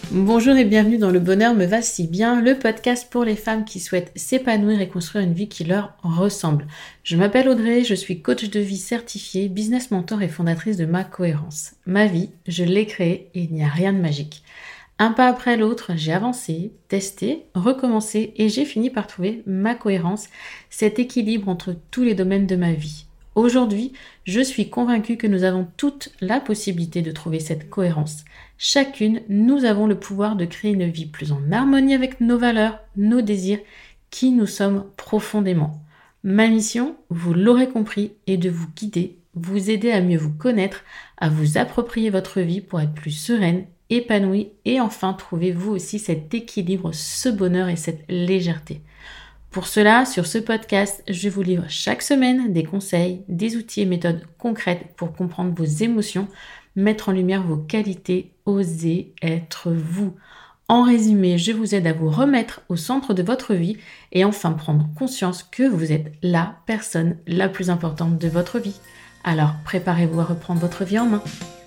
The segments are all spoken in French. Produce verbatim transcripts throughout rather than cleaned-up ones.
Bonjour et bienvenue dans Le Bonheur me va si bien, le podcast pour les femmes qui souhaitent s'épanouir et construire une vie qui leur ressemble. Je m'appelle Audrey, je suis coach de vie certifiée, business mentor et fondatrice de Ma Cohérence. Ma vie, je l'ai créée et il n'y a rien de magique. Un pas après l'autre, j'ai avancé, testé, recommencé et j'ai fini par trouver ma cohérence, cet équilibre entre tous les domaines de ma vie. Aujourd'hui, je suis convaincue que nous avons toute la possibilité de trouver cette cohérence. Chacune, nous avons le pouvoir de créer une vie plus en harmonie avec nos valeurs, nos désirs, qui nous sommes profondément. Ma mission, vous l'aurez compris, est de vous guider, vous aider à mieux vous connaître, à vous approprier votre vie pour être plus sereine, épanouie et enfin trouver vous aussi cet équilibre, ce bonheur et cette légèreté. Pour cela, sur ce podcast, je vous livre chaque semaine des conseils, des outils et méthodes concrètes pour comprendre vos émotions, mettre en lumière vos qualités, oser être vous. En résumé, je vous aide à vous remettre au centre de votre vie et enfin prendre conscience que vous êtes la personne la plus importante de votre vie. Alors, préparez-vous à reprendre votre vie en main.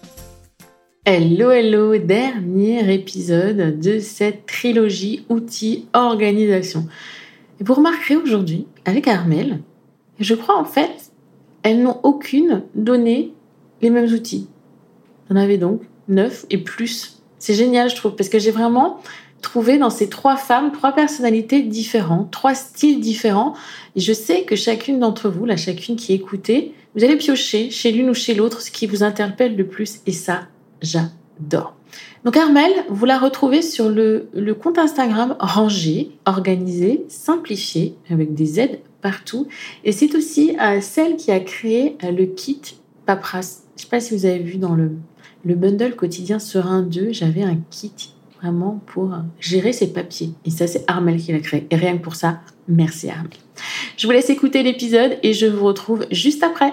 Hello, hello, dernier épisode de cette trilogie outils organisation. Et vous remarquerez aujourd'hui, avec Armelle, je crois en fait, elles n'ont aucune donné les mêmes outils. J'en avais donc neuf et plus. C'est génial, je trouve, parce que j'ai vraiment trouvé dans ces trois femmes, trois personnalités différentes, trois styles différents. Et je sais que chacune d'entre vous, là, chacune qui écoutez, vous allez piocher chez l'une ou chez l'autre ce qui vous interpelle le plus. Et ça, j'adore. Donc Armelle, vous la retrouvez sur le, le compte Instagram rangé, organisé, simplifié, avec des aides partout. Et c'est aussi euh, celle qui a créé euh, le kit paperasse. Je ne sais pas si vous avez vu dans le, le bundle quotidien Serein deux, j'avais un kit vraiment pour gérer ses papiers. Et ça, c'est Armelle qui l'a créé. Et rien que pour ça, merci Armelle. Je vous laisse écouter l'épisode et je vous retrouve juste après.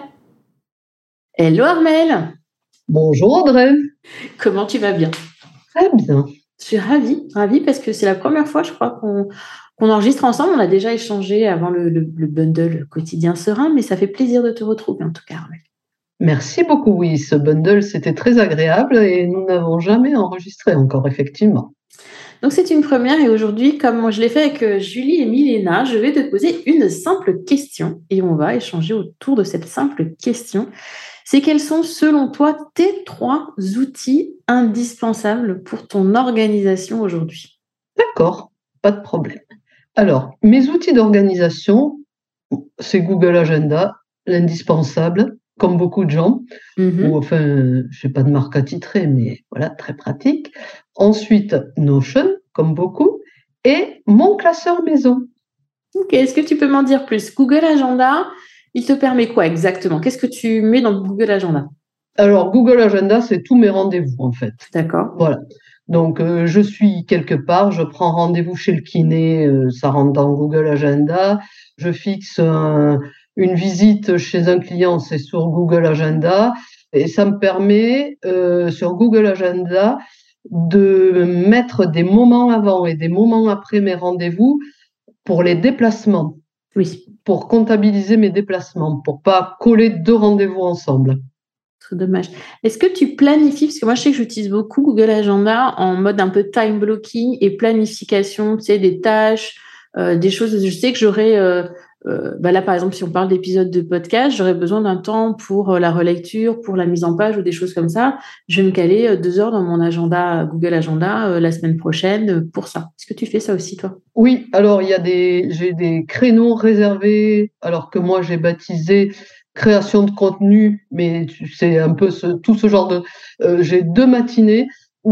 Hello Armelle. Bonjour Audrey. Comment tu vas bien? Très bien. Je suis ravie, ravie parce que c'est la première fois, je crois, qu'on, qu'on enregistre ensemble. On a déjà échangé avant le, le, le bundle quotidien Serein, mais ça fait plaisir de te retrouver en tout cas, Armelle. Merci beaucoup. Oui, ce bundle, c'était très agréable et nous n'avons jamais enregistré encore, effectivement. Donc, c'est une première et aujourd'hui, comme je l'ai fait avec Julie et Milena, je vais te poser une simple question et on va échanger autour de cette simple question. C'est quels sont, selon toi, tes trois outils indispensables pour ton organisation aujourd'hui? D'accord, pas de problème. Alors, mes outils d'organisation, c'est Google Agenda, l'indispensable, comme beaucoup de gens. Mm-hmm. Ou enfin, je n'ai pas de marque à titrer, mais voilà, très pratique. Ensuite, Notion, comme beaucoup, et mon classeur maison. Ok, est-ce que tu peux m'en dire plus? Google Agenda, il te permet quoi exactement? Qu'est-ce que tu mets dans Google Agenda? Alors, Google Agenda, c'est tous mes rendez-vous, en fait. D'accord. Voilà. Donc, euh, je suis quelque part, je prends rendez-vous chez le kiné, euh, ça rentre dans Google Agenda. Je fixe un, une visite chez un client, c'est sur Google Agenda. Et ça me permet, euh, sur Google Agenda, de mettre des moments avant et des moments après mes rendez-vous pour les déplacements. Oui. Pour comptabiliser mes déplacements, pour pas coller deux rendez-vous ensemble. C'est dommage. Est-ce que tu planifies, parce que moi je sais que j'utilise beaucoup Google Agenda en mode un peu time blocking et planification, tu sais, des tâches, euh, des choses. Je sais que j'aurais, euh, euh, bah là par exemple si on parle d'épisodes de podcast, j'aurais besoin d'un temps pour la relecture, pour la mise en page ou des choses comme ça. Je vais me caler deux heures dans mon agenda Google Agenda euh, la semaine prochaine pour ça. Est-ce que tu fais ça aussi toi? Oui, alors il y a des, j'ai des créneaux réservés, alors que moi j'ai baptisé création de contenu, mais c'est un peu ce, tout ce genre de... Euh, j'ai deux matinées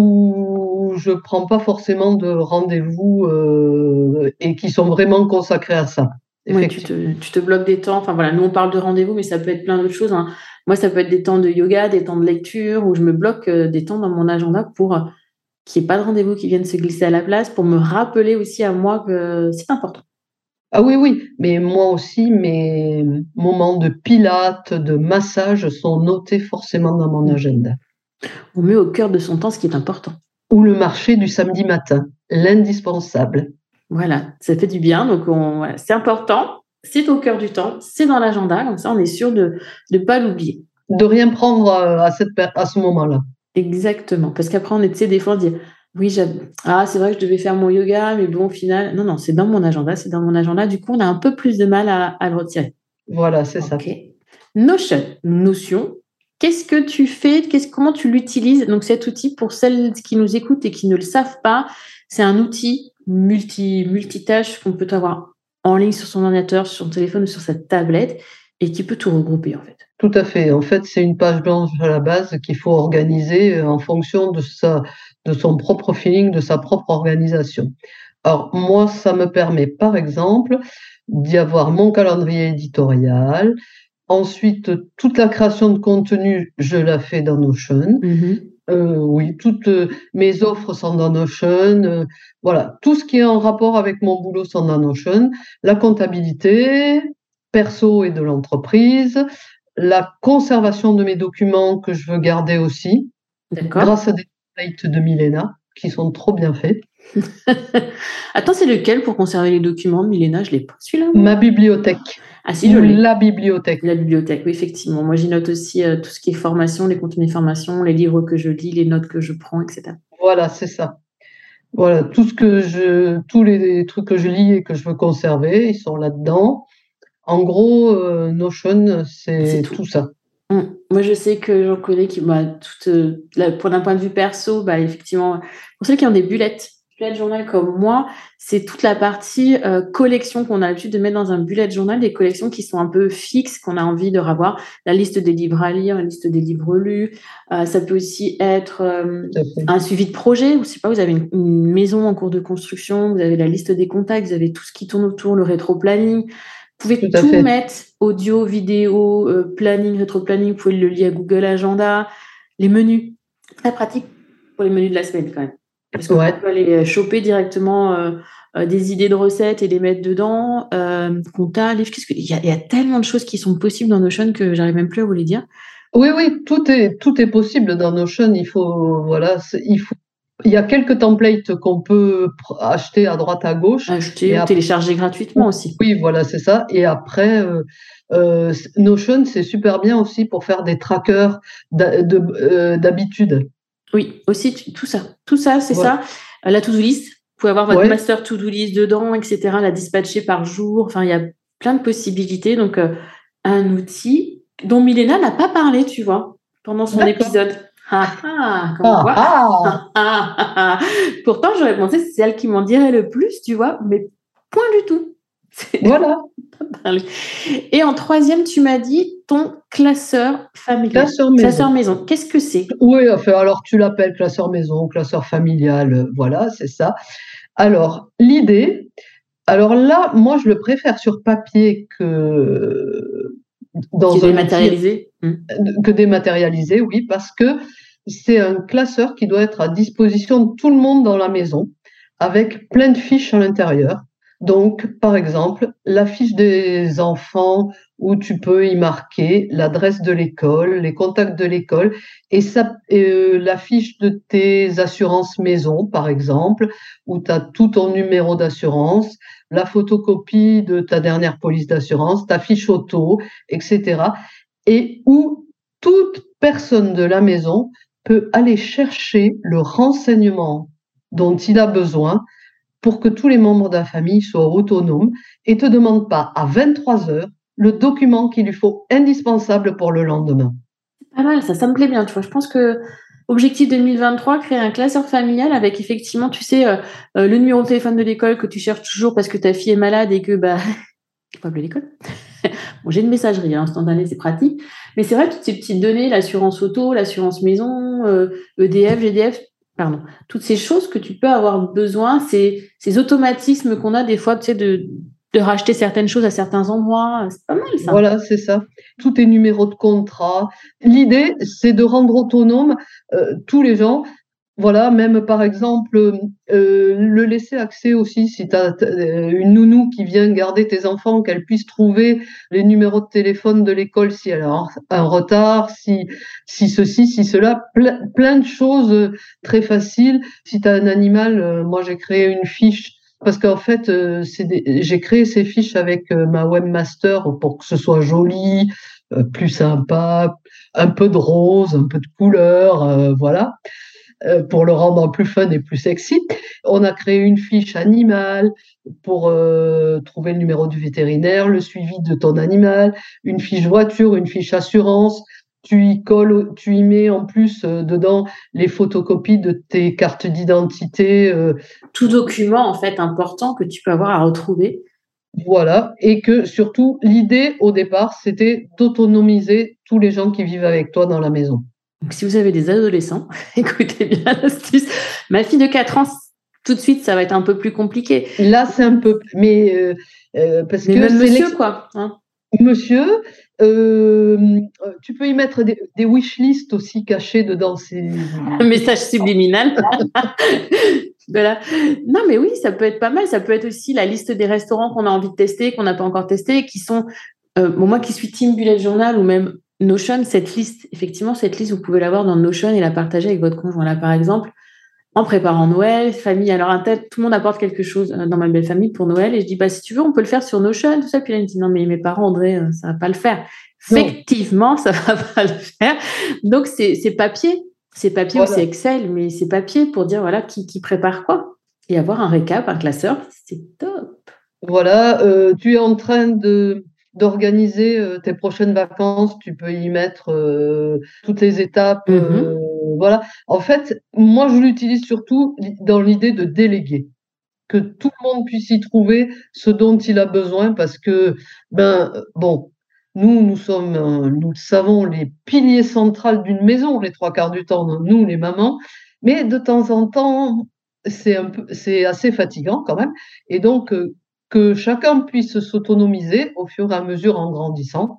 où je prends pas forcément de rendez-vous euh, et qui sont vraiment consacrés à ça. Oui, tu te, tu te bloques des temps. Enfin voilà, nous on parle de rendez-vous, mais ça peut être plein d'autres choses. Hein. Moi, ça peut être des temps de yoga, des temps de lecture, où je me bloque des temps dans mon agenda pour qu'il n'y ait pas de rendez-vous qui viennent se glisser à la place, pour me rappeler aussi à moi que c'est important. Ah oui, oui, mais moi aussi, mes moments de pilates, de massage sont notés forcément dans mon agenda. On met au cœur de son temps ce qui est important. Ou le marché du samedi matin, l'indispensable. Voilà, ça fait du bien, donc on, voilà, c'est important, c'est au cœur du temps, c'est dans l'agenda, comme ça on est sûr de ne pas l'oublier. De rien prendre à, cette, à ce moment-là. Exactement, parce qu'après on est, tu sais, des fois on dit Oui, j'avoue. Ah, c'est vrai que je devais faire mon yoga, mais bon, au final, non, non, c'est dans mon agenda, c'est dans mon agenda. Du coup, on a un peu plus de mal à, à le retirer. Voilà, c'est ça. Ok. Notion, Notion. Qu'est-ce que tu fais? Qu'est-ce, comment tu l'utilises? Donc, cet outil, pour celles qui nous écoutent et qui ne le savent pas, c'est un outil multi, multitâche qu'on peut avoir en ligne sur son ordinateur, sur son téléphone ou sur sa tablette et qui peut tout regrouper, en fait. Tout à fait. En fait, c'est une page blanche à la base qu'il faut organiser euh, en fonction de sa, de son propre feeling, de sa propre organisation. Alors, moi, ça me permet, par exemple, d'y avoir mon calendrier éditorial. Ensuite, toute la création de contenu, je la fais dans Notion. Mhm. Euh, oui, toutes euh, mes offres sont dans Notion. Euh, voilà, tout ce qui est en rapport avec mon boulot sont dans Notion. La comptabilité, perso et de l'entreprise, la conservation de mes documents que je veux garder aussi, D'accord. grâce à des templates de Milena qui sont trop bien faits. Attends, c'est lequel pour conserver les documents de Milena? Je l'ai pas, celui-là, moi. Ma bibliothèque, Ah si, je ou l'ai. la bibliothèque. La bibliothèque, oui, effectivement. Moi, j'y note aussi euh, tout ce qui est formation, les contenus de formation, les livres que je lis, les notes que je prends, et cetera. Voilà, c'est ça. Voilà, tout ce que je, tous les trucs que je lis et que je veux conserver, ils sont là-dedans. En gros, euh, Notion, C'est c'est tout. tout ça. Hum. Moi, je sais que j'en connais qui, bah, tout, euh, là, pour d'un point de vue perso, bah, effectivement, pour ceux qui ont des bullet, bullet journal comme moi, c'est toute la partie euh, collection qu'on a l'habitude de mettre dans un bullet journal, des collections qui sont un peu fixes, qu'on a envie de revoir, la liste des livres à lire, la liste des livres lus. Euh, ça peut aussi être euh, Tout à fait. un suivi de projet. Ou je sais pas, vous avez une, une maison en cours de construction, vous avez la liste des contacts, vous avez tout ce qui tourne autour, le rétro-planning. Vous Tout pouvez à tout fait. mettre, audio, vidéo, euh, planning, rétro-planning, vous pouvez le lier à Google Agenda, les menus. Très pratique pour les menus de la semaine quand même. Parce qu'on Ouais. peut aller choper directement euh, euh, des idées de recettes et les mettre dedans. Euh, compta, livre, qu'est-ce que... il, y a, il y a tellement de choses qui sont possibles dans Notion que j'arrive même plus à vous les dire. Oui, oui, tout est, tout est possible dans Notion. Il faut, voilà, c'est- il faut, il y a quelques templates qu'on peut pr- acheter à droite à gauche, Acheter mais ou après, télécharger gratuitement aussi. oui, voilà, c'est ça. Et après, euh, euh, Notion, c'est super bien aussi pour faire des trackers d'a- de- euh, d'habitude. Oui, aussi tu- tout ça. Tout ça, c'est Voilà. ça. Euh, La to-do list. Vous pouvez avoir votre Ouais. master to-do list dedans, et cetera. La dispatcher par jour. Enfin, il y a plein de possibilités. Donc, euh, un outil dont Milena n'a pas parlé, tu vois, pendant son D'accord. épisode. Ah ah, comme Ah, quoi. ah, Ah, ah, ah, ah. Pourtant, j'aurais pensé que c'est elle qui m'en dirait le plus, tu vois, mais point du tout. C'est voilà. pas parlé. Et en troisième, tu m'as dit ton classeur familial. Classeur maison. Classeur maison. Qu'est-ce que c'est? Oui, enfin, alors tu l'appelles classeur maison, classeur familial, euh, voilà, c'est ça. Alors, l'idée, alors là, moi, je le préfère sur papier que Qui dans est un outil, dématérialisé? Hmm. que dématérialisé, oui, parce que c'est un classeur qui doit être à disposition de tout le monde dans la maison, avec plein de fiches à l'intérieur. Donc, par exemple, la fiche des enfants où tu peux y marquer l'adresse de l'école, les contacts de l'école, et, ça, et euh, la fiche de tes assurances maison, par exemple, où tu as tout ton numéro d'assurance, la photocopie de ta dernière police d'assurance, ta fiche auto, et cetera. Et où toute personne de la maison peut aller chercher le renseignement dont il a besoin pour que tous les membres de la famille soient autonomes et te demande pas à vingt-trois heures le document qu'il lui faut indispensable pour le lendemain. Pas mal, ça, ça me plaît bien, tu vois. Je pense que objectif deux mille vingt-trois, créer un classeur familial avec effectivement, tu sais, euh, euh, le numéro de téléphone de l'école que tu cherches toujours parce que ta fille est malade et que, bah, tu peux appeler l'école. Bon, j'ai une messagerie hein, instantanée, c'est pratique. Mais c'est vrai, toutes ces petites données, l'assurance auto, l'assurance maison, euh, E D F, G D F, pardon, toutes ces choses que tu peux avoir besoin, ces, ces automatismes qu'on a des fois, tu sais, de, de racheter certaines choses à certains endroits, c'est pas mal ça. Voilà, c'est ça. Tous tes numéros de contrat. L'idée, c'est de rendre autonome euh, tous les gens. Voilà, même par exemple, euh, le laisser accès aussi, si tu as une nounou qui vient garder tes enfants, qu'elle puisse trouver les numéros de téléphone de l'école si elle a un retard, si, si ceci, si cela, plein, plein de choses très faciles. Si tu as un animal, euh, moi j'ai créé une fiche, parce qu'en fait, euh, c'est des, j'ai créé ces fiches avec euh, ma webmaster pour que ce soit joli, euh, plus sympa, un peu de rose, un peu de couleur, euh, voilà. euh, pour le rendre plus fun et plus sexy. On a créé une fiche animale pour euh, trouver le numéro du vétérinaire, le suivi de ton animal, une fiche voiture, une fiche assurance. Tu y colles, tu y mets en plus euh, dedans les photocopies de tes cartes d'identité. Euh, Tout document, en fait, important que tu peux avoir à retrouver. Voilà, et que surtout, l'idée au départ, c'était d'autonomiser tous les gens qui vivent avec toi dans la maison. Donc, si vous avez des adolescents, écoutez bien l'astuce. Ma fille de quatre ans, tout de suite, ça va être un peu plus compliqué. Là, c'est un peu, mais euh, euh, parce mais que même c'est monsieur, quoi. Hein. Monsieur, euh, tu peux y mettre des, des wish lists aussi cachés dedans. C'est un message subliminal. Voilà. Non, mais oui, ça peut être pas mal. Ça peut être aussi la liste des restaurants qu'on a envie de tester, qu'on n'a pas encore testé, qui sont, euh, bon, moi qui suis Team Bullet Journal ou même Notion, cette liste, effectivement, cette liste, vous pouvez l'avoir dans Notion et la partager avec votre conjoint. Là, par exemple, en préparant Noël, famille, alors un tel, tout le monde apporte quelque chose dans ma belle famille pour Noël et je dis, bah, si tu veux, on peut le faire sur Notion, tout ça. Puis là, il me dit, non, mais mes parents, André, ça va pas le faire. Non. Effectivement, ça va pas le faire. Donc, c'est, c'est papier. C'est papier voilà. Ou c'est Excel, mais c'est papier pour dire, voilà, qui, qui prépare quoi. Et avoir un récap, un classeur, c'est top. Voilà, euh, tu es en train de, d'organiser euh, tes prochaines vacances, tu peux y mettre euh, toutes les étapes. Euh, mm-hmm. Voilà. En fait, moi, je l'utilise surtout dans l'idée de déléguer, que tout le monde puisse y trouver ce dont il a besoin, parce que, ben, bon, nous, nous sommes, euh, nous savons, les piliers centraux d'une maison, les trois quarts du temps, nous, les mamans, mais de temps en temps, c'est un peu, c'est assez fatigant quand même, et donc, euh, que chacun puisse s'autonomiser au fur et à mesure en grandissant,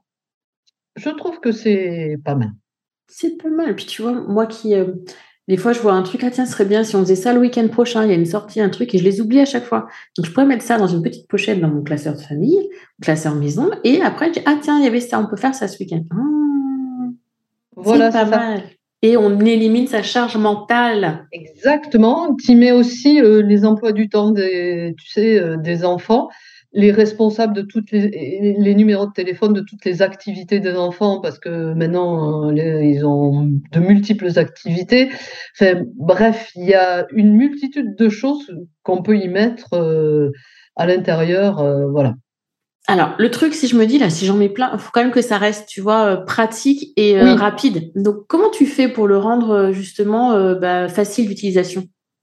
je trouve que c'est pas mal. C'est pas mal. Puis tu vois, moi qui, euh, des fois, je vois un truc, ah tiens, ce serait bien si on faisait ça le week-end prochain, il y a une sortie, un truc, et je les oublie à chaque fois. Donc je pourrais mettre ça dans une petite pochette dans mon classeur de famille, classeur maison, et après, je dis, ah tiens, il y avait ça, on peut faire ça ce week-end. Ah, voilà, c'est pas c'est mal. Ça. Et on élimine sa charge mentale. Exactement. Tu mets aussi euh, les emplois du temps des, tu sais, euh, des enfants, les responsables de toutes les, les numéros de téléphone de toutes les activités des enfants, parce que maintenant, euh, les, ils ont de multiples activités. Enfin, bref, il y a une multitude de choses qu'on peut y mettre euh, à l'intérieur. Euh, voilà. Alors, le truc, si je me dis, là, si j'en mets plein, il faut quand même que ça reste, tu vois, euh, pratique et euh, oui. rapide. Donc, comment tu fais pour le rendre, justement, euh, bah, facile d'utilisation ?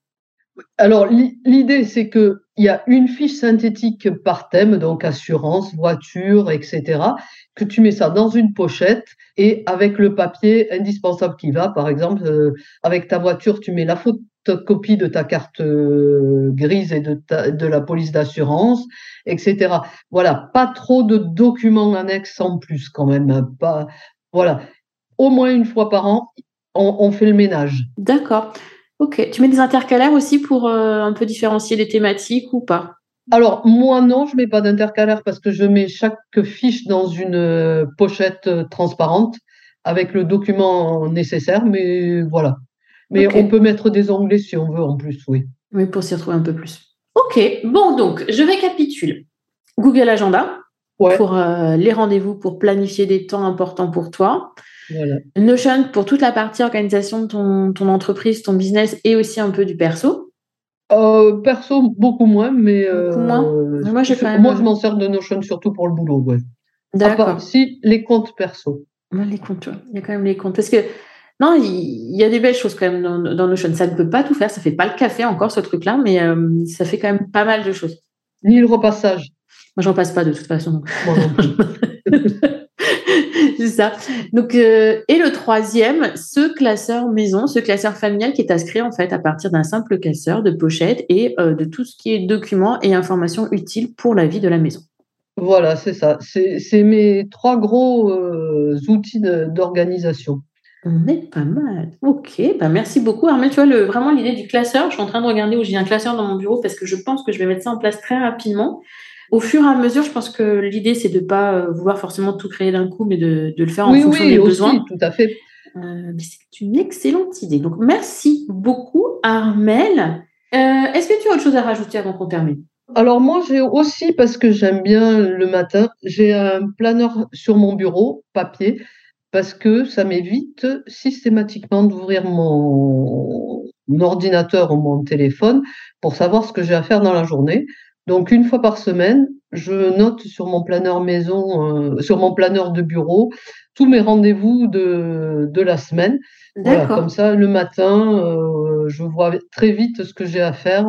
Alors, l'idée, c'est qu'il y a une fiche synthétique par thème, donc assurance, voiture, et cetera, que tu mets ça dans une pochette et avec le papier indispensable qui va, par exemple, euh, avec ta voiture, tu mets la photocopie de ta carte euh, grise et de, ta, de la police d'assurance, et cetera. Voilà, pas trop de documents annexes en plus quand même. Pas, voilà, au moins une fois par an, on, on fait le ménage. D'accord. Ok. Tu mets des intercalaires aussi pour euh, un peu différencier les thématiques ou pas ? Alors, moi, non, je ne mets pas d'intercalaire parce que je mets chaque fiche dans une pochette transparente avec le document nécessaire, mais voilà. Mais okay. On peut mettre des onglets si on veut en plus, oui. Oui, pour s'y retrouver un peu plus. Ok, bon, donc, je récapitule. Google Agenda ouais. pour euh, les rendez-vous, pour planifier des temps importants pour toi. Voilà. Notion pour toute la partie organisation de ton, ton entreprise, ton business et aussi un peu du perso. Euh, perso, beaucoup moins, mais beaucoup euh, moins. Moi, j'ai je, même... moi, je m'en sers de Notion surtout pour le boulot. Ouais. D'accord. Part, si, les comptes perso. Ouais, les comptes, il y a quand même les comptes. Parce que, non, il, il y a des belles choses quand même dans, dans Notion. Ça ne peut pas tout faire, ça ne fait pas le café encore, ce truc-là, mais euh, ça fait quand même pas mal de choses. Ni le repassage. Moi, j'en passe pas de toute façon. Donc. Moi non plus. C'est ça. Donc, euh, et le troisième, ce classeur maison, ce classeur familial qui est inscrit en fait à partir d'un simple classeur de pochette et euh, de tout ce qui est documents et informations utiles pour la vie de la maison. Voilà, c'est ça. C'est, c'est mes trois gros euh, outils de, d'organisation. On est pas mal. Ok, bah merci beaucoup Armelle. Tu vois, le, vraiment l'idée du classeur, je suis en train de regarder où j'ai un classeur dans mon bureau parce que je pense que je vais mettre ça en place très rapidement. Au fur et à mesure, je pense que l'idée, c'est de ne pas vouloir forcément tout créer d'un coup, mais de, de le faire en oui, fonction oui, des aussi, besoins. Tout à fait. Euh, c'est une excellente idée. Donc, merci beaucoup, Armelle. Euh, est-ce que tu as autre chose à rajouter avant qu'on termine ? Alors moi, j'ai aussi, parce que j'aime bien le matin, j'ai un planeur sur mon bureau, papier, parce que ça m'évite systématiquement d'ouvrir mon, mon ordinateur ou mon téléphone pour savoir ce que j'ai à faire dans la journée. Donc une fois par semaine, je note sur mon planeur maison, euh, sur mon planeur de bureau, tous mes rendez-vous de, de la semaine. Voilà, comme D'accord. ça, le matin, euh, je vois très vite ce que j'ai à faire.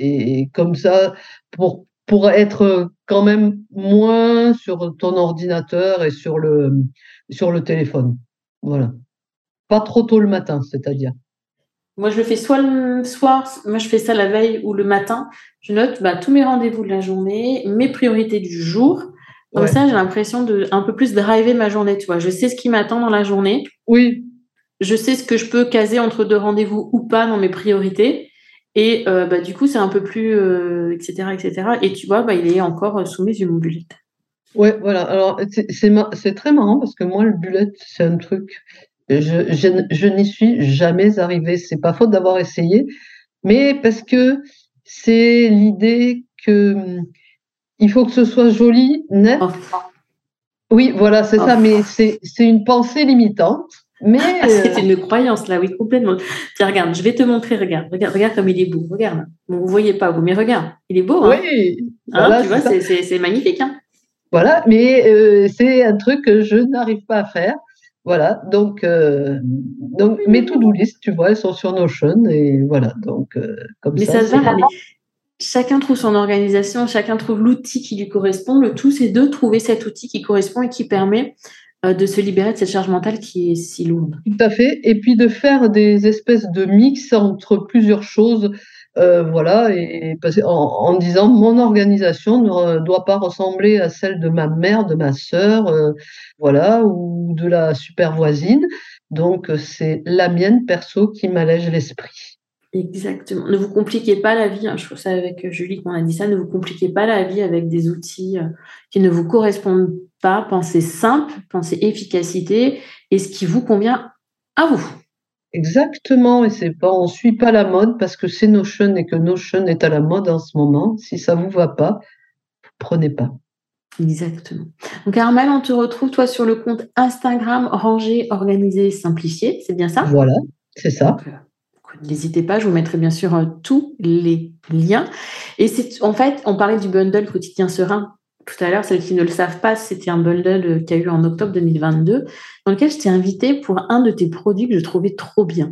Et comme ça, pour, pour être quand même moins sur ton ordinateur et sur le, sur le téléphone. Voilà. Pas trop tôt le matin, c'est-à-dire. Moi, je le fais soit le soir, moi, je fais ça la veille ou le matin. Je note bah, tous mes rendez-vous de la journée, mes priorités du jour. Comme Ouais. ça, j'ai l'impression de un peu plus driver ma journée, tu vois. Je sais ce qui m'attend dans la journée. Oui, Je sais ce que je peux caser entre deux rendez-vous ou pas dans mes priorités. Et euh, bah, du coup, c'est un peu plus, euh, et cetera, et cetera. Et tu vois, bah, il est encore euh, sous mes yeux, mon bullet. ouais, voilà. Alors, c'est c'est ma- c'est très marrant parce que moi, le bullet, c'est un truc, je, je, n- je n'y suis jamais arrivée. C'est pas faute d'avoir essayé, mais parce que c'est l'idée que hum, il faut que ce soit joli, net. Oh, Oui, voilà, c'est ça, mais oh. c'est c'est une pensée limitante. Ah, Mais euh, c'est une croyance, là, oui, complètement. Tiens, regarde, je vais te montrer, regarde, regarde, regarde comme il est beau, regarde. Bon, vous voyez pas, vous, mais regarde, il est beau, hein? oui, Hein, voilà, tu c'est vois, ça. c'est, c'est, c'est magnifique, hein? Voilà, mais euh, c'est un truc que je n'arrive pas à faire. Voilà, donc, euh, donc mes to-do list, tu vois, elles sont sur Notion et voilà, donc euh, comme Mais ça, ça se c'est. va, là, mais chacun trouve son organisation, chacun trouve l'outil qui lui correspond. Le tout, c'est de trouver cet outil qui correspond et qui permet euh, de se libérer de cette charge mentale qui est si lourde. Tout à fait. Et puis de faire des espèces de mix entre plusieurs choses, euh, voilà, et, et parce- en, en disant mon organisation ne re- doit pas ressembler à celle de ma mère, de ma sœur, euh, voilà, ou de la super voisine. Donc euh, c'est la mienne perso qui m'allège l'esprit. Exactement. Ne vous compliquez pas la vie, hein. Je trouve ça avec euh, Julie qu'on a dit ça. Ne vous compliquez pas la vie avec des outils euh, qui ne vous correspondent pas. Pensez simple, pensez efficacité et ce qui vous convient à vous. Exactement, et c'est pas, on suit pas la mode parce que c'est Notion et que Notion est à la mode en ce moment. Si ça vous va pas, prenez pas. Exactement. Donc, Armel, on te retrouve, toi, sur le compte Instagram Rangé, Organisé, Simplifié. C'est bien ça? Voilà, c'est ça. Donc, euh, n'hésitez pas, je vous mettrai bien sûr euh, tous les liens. Et c'est en fait, on parlait du bundle quotidien serein tout à l'heure. Celles qui ne le savent pas, c'était un bundle euh, qu'il y a eu en octobre deux mille vingt-deux, dans lequel je t'ai invité pour un de tes produits que je trouvais trop bien.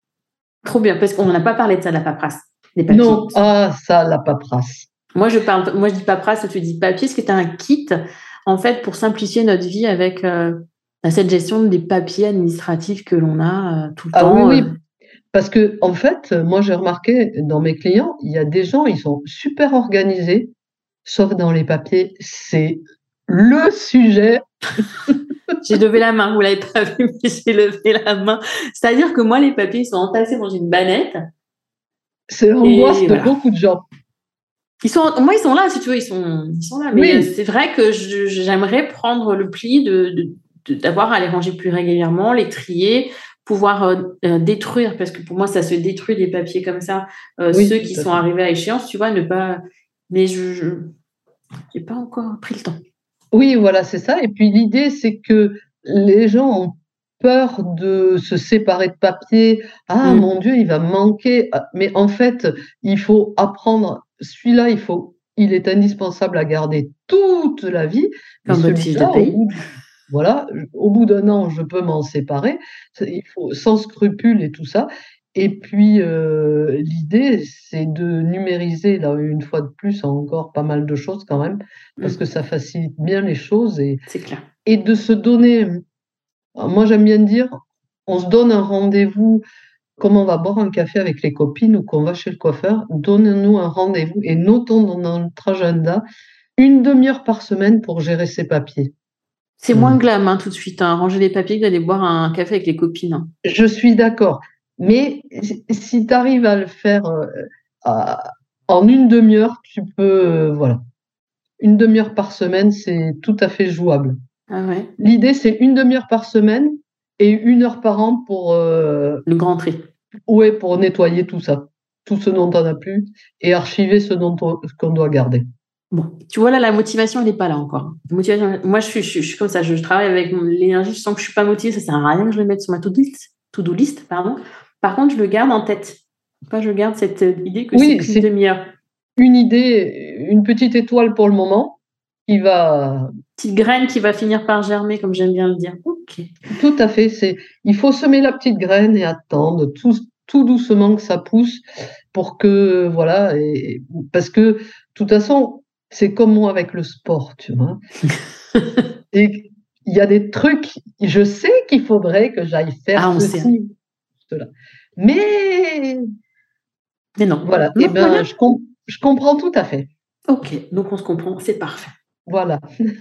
Trop bien, parce qu'on n'a pas parlé de ça, de la paperasse, des papiers. Non, ah, ça, la paperasse. Moi, je parle, moi, je dis paperasse, tu dis papier, parce que tu as un kit, en fait, pour simplifier notre vie avec euh, cette gestion des papiers administratifs que l'on a euh, tout le Ah oui, temps. euh. oui, parce que en fait, moi j'ai remarqué dans mes clients, il y a des gens, ils sont super organisés, sauf dans les papiers, c'est le sujet. J'ai levé la main, vous l'avez pas vu, mais j'ai levé la main. C'est-à-dire que moi, les papiers sont entassés dans une bannette. C'est l'angoisse Et de voilà. beaucoup de gens. Ils sont, moi, ils sont là, si tu veux, ils sont, ils sont là. Mais euh, Oui, c'est vrai que je- j'aimerais prendre le pli de, de- de- d'avoir à les ranger plus régulièrement, les trier, pouvoir euh, euh, détruire, parce que pour moi, ça se détruit des papiers comme ça, euh, oui, ceux qui tout à sont fait. arrivés à échéance, tu vois, ne pas. Mais je, je j'ai pas encore pris le temps. Oui, voilà, c'est ça. Et puis l'idée, c'est que les gens ont peur de se séparer de papier. Ah Mm. mon Dieu, il va me manquer. Ah, mais en fait, il faut apprendre. Celui-là, il faut, il est indispensable à garder toute la vie. Mais Comme votre fiche de celui-là, au paye. bout, du- voilà, au bout d'un an, je peux m'en séparer. C'est- Il faut sans scrupule et tout ça. Et puis, euh, l'idée, c'est de numériser, là, une fois de plus, encore pas mal de choses quand même parce que Mm. ça facilite bien les choses et, C'est clair. et de se donner, moi j'aime bien dire, on se donne un rendez-vous, comme on va boire un café avec les copines ou qu'on va chez le coiffeur, donnez-nous un rendez-vous et notons dans notre agenda une demi-heure par semaine pour gérer ses papiers. C'est Voilà. moins glam, hein, tout de suite, hein, ranger les papiers que d'aller boire un café avec les copines, hein. Je suis d'accord, mais si, si tu arrives à le faire euh, à- en une demi-heure, tu peux, euh, voilà, une demi-heure par semaine, c'est tout à fait jouable. Ah ouais, L'idée, c'est une demi-heure par semaine et une heure par an pour, euh, le grand tri. ouais, pour nettoyer tout ça, tout ce dont on n'a plus, et archiver ce dont on, ce qu'on doit garder. Bon, tu vois là, la motivation, elle n'est pas là encore. La motivation, moi, je suis, je, suis je suis comme ça, je, je travaille avec mon- l'énergie, je sens que je suis pas motivée, ça sert à rien que je le mette sur ma to-do list, to-do list, pardon. Par contre, je le garde en tête. Enfin, je garde cette idée que Oui, c'est qu'une c'est demi-heure. une idée, une petite étoile pour le moment qui va... Petite graine qui va finir par germer, comme j'aime bien le dire. Ok. Tout à fait, c'est, il faut semer la petite graine et attendre tout, tout doucement que ça pousse pour que, voilà, et, parce que, de toute façon, c'est comme moi avec le sport, tu vois. Et il y a des trucs, je sais qu'il faudrait que j'aille faire Ah, on sait. ceci, cela. Mais, Mais non. voilà, Non, et ben, voilà. je, com- je comprends tout à fait. Ok, donc on se comprend, c'est parfait. Voilà.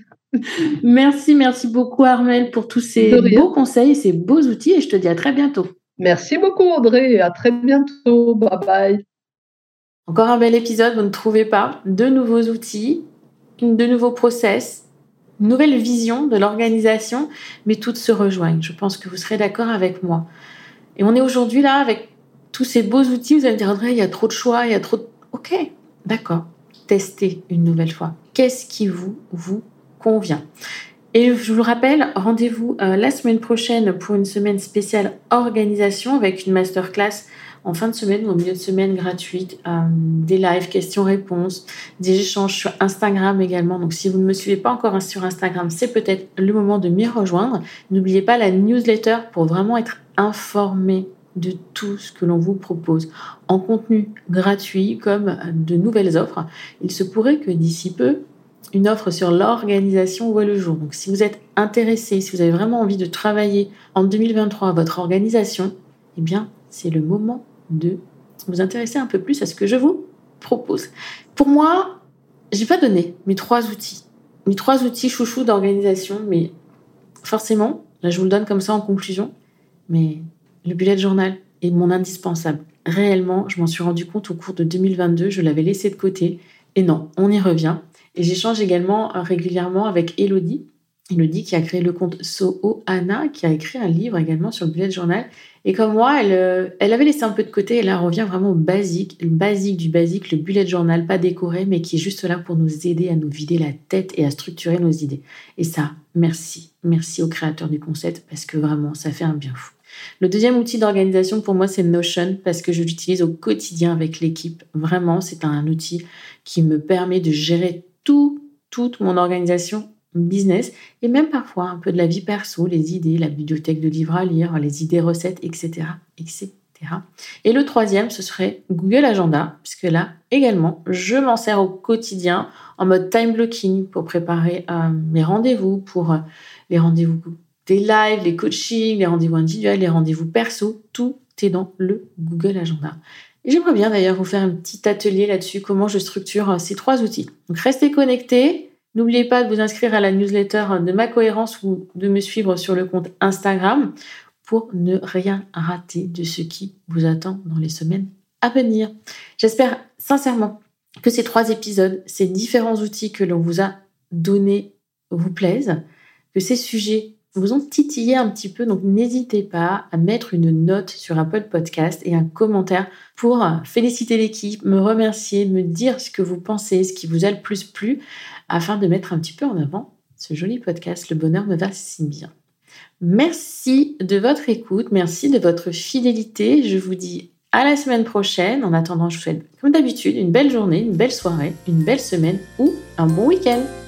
Merci, merci beaucoup Armelle pour tous De ces rien. beaux conseils, ces beaux outils et je te dis à très bientôt. Merci beaucoup, Audrey, et à très bientôt. Bye bye. Encore un bel épisode, vous ne trouvez pas? De nouveaux outils, de nouveaux process, une nouvelle vision de l'organisation, mais toutes se rejoignent. Je pense que vous serez d'accord avec moi. Et on est aujourd'hui là avec tous ces beaux outils. Vous allez me dire, Audrey, il y a trop de choix, il y a trop de... Ok, d'accord. Testez une nouvelle fois. Qu'est-ce qui vous, vous convient? Et je vous le rappelle, rendez-vous euh, la semaine prochaine pour une semaine spéciale organisation avec une masterclass en fin de semaine ou au milieu de semaine gratuite, euh, des lives, questions-réponses, des échanges sur Instagram également. Donc si vous ne me suivez pas encore sur Instagram, c'est peut-être le moment de m'y rejoindre. N'oubliez pas la newsletter pour vraiment être informé de tout ce que l'on vous propose en contenu gratuit comme de nouvelles offres. Il se pourrait que d'ici peu, une offre sur l'organisation voit le jour. Donc, si vous êtes intéressé, si vous avez vraiment envie de travailler en deux mille vingt-trois à votre organisation, eh bien, c'est le moment de vous intéresser un peu plus à ce que je vous propose. Pour moi, j'ai pas donné mes trois outils, mes trois outils chouchous d'organisation, mais forcément, là, je vous le donne comme ça en conclusion, mais le bullet journal est mon indispensable. Réellement, je m'en suis rendu compte au cours de deux mille vingt-deux, je l'avais laissé de côté, et non, on y revient. Et j'échange également régulièrement avec Elodie. Elodie qui a créé le compte Soho-Anna, qui a écrit un livre également sur le bullet journal. Et comme moi, elle, elle avait laissé un peu de côté et là, elle revient vraiment au basique, le basique du basique, le bullet journal, pas décoré, mais qui est juste là pour nous aider à nous vider la tête et à structurer nos idées. Et ça, merci. Merci aux créateurs du concept parce que vraiment, ça fait un bien fou. Le deuxième outil d'organisation pour moi, c'est Notion parce que je l'utilise au quotidien avec l'équipe. Vraiment, c'est un outil qui me permet de gérer tout, toute mon organisation business et même parfois un peu de la vie perso, les idées, la bibliothèque de livres à lire, les idées recettes, et cetera, et cetera. Et le troisième, ce serait Google Agenda, puisque là également, je m'en sers au quotidien en mode time blocking pour préparer euh, mes rendez-vous, pour euh, les rendez-vous des lives, les coachings, les rendez-vous individuels, les rendez-vous perso, tout est dans le Google Agenda. Et j'aimerais bien d'ailleurs vous faire un petit atelier là-dessus, comment je structure ces trois outils. Donc restez connectés, n'oubliez pas de vous inscrire à la newsletter de Ma Cohérence ou de me suivre sur le compte Instagram pour ne rien rater de ce qui vous attend dans les semaines à venir. J'espère sincèrement que ces trois épisodes, ces différents outils que l'on vous a donnés vous plaisent, que ces sujets vous ont titillé un petit peu, donc n'hésitez pas à mettre une note sur Apple Podcast et un commentaire pour féliciter l'équipe, me remercier, me dire ce que vous pensez, ce qui vous a le plus plu, afin de mettre un petit peu en avant ce joli podcast. Le bonheur me va si bien. Merci de votre écoute, merci de votre fidélité. Je vous dis à la semaine prochaine. En attendant, je vous souhaite, comme d'habitude, une belle journée, une belle soirée, une belle semaine ou un bon week-end.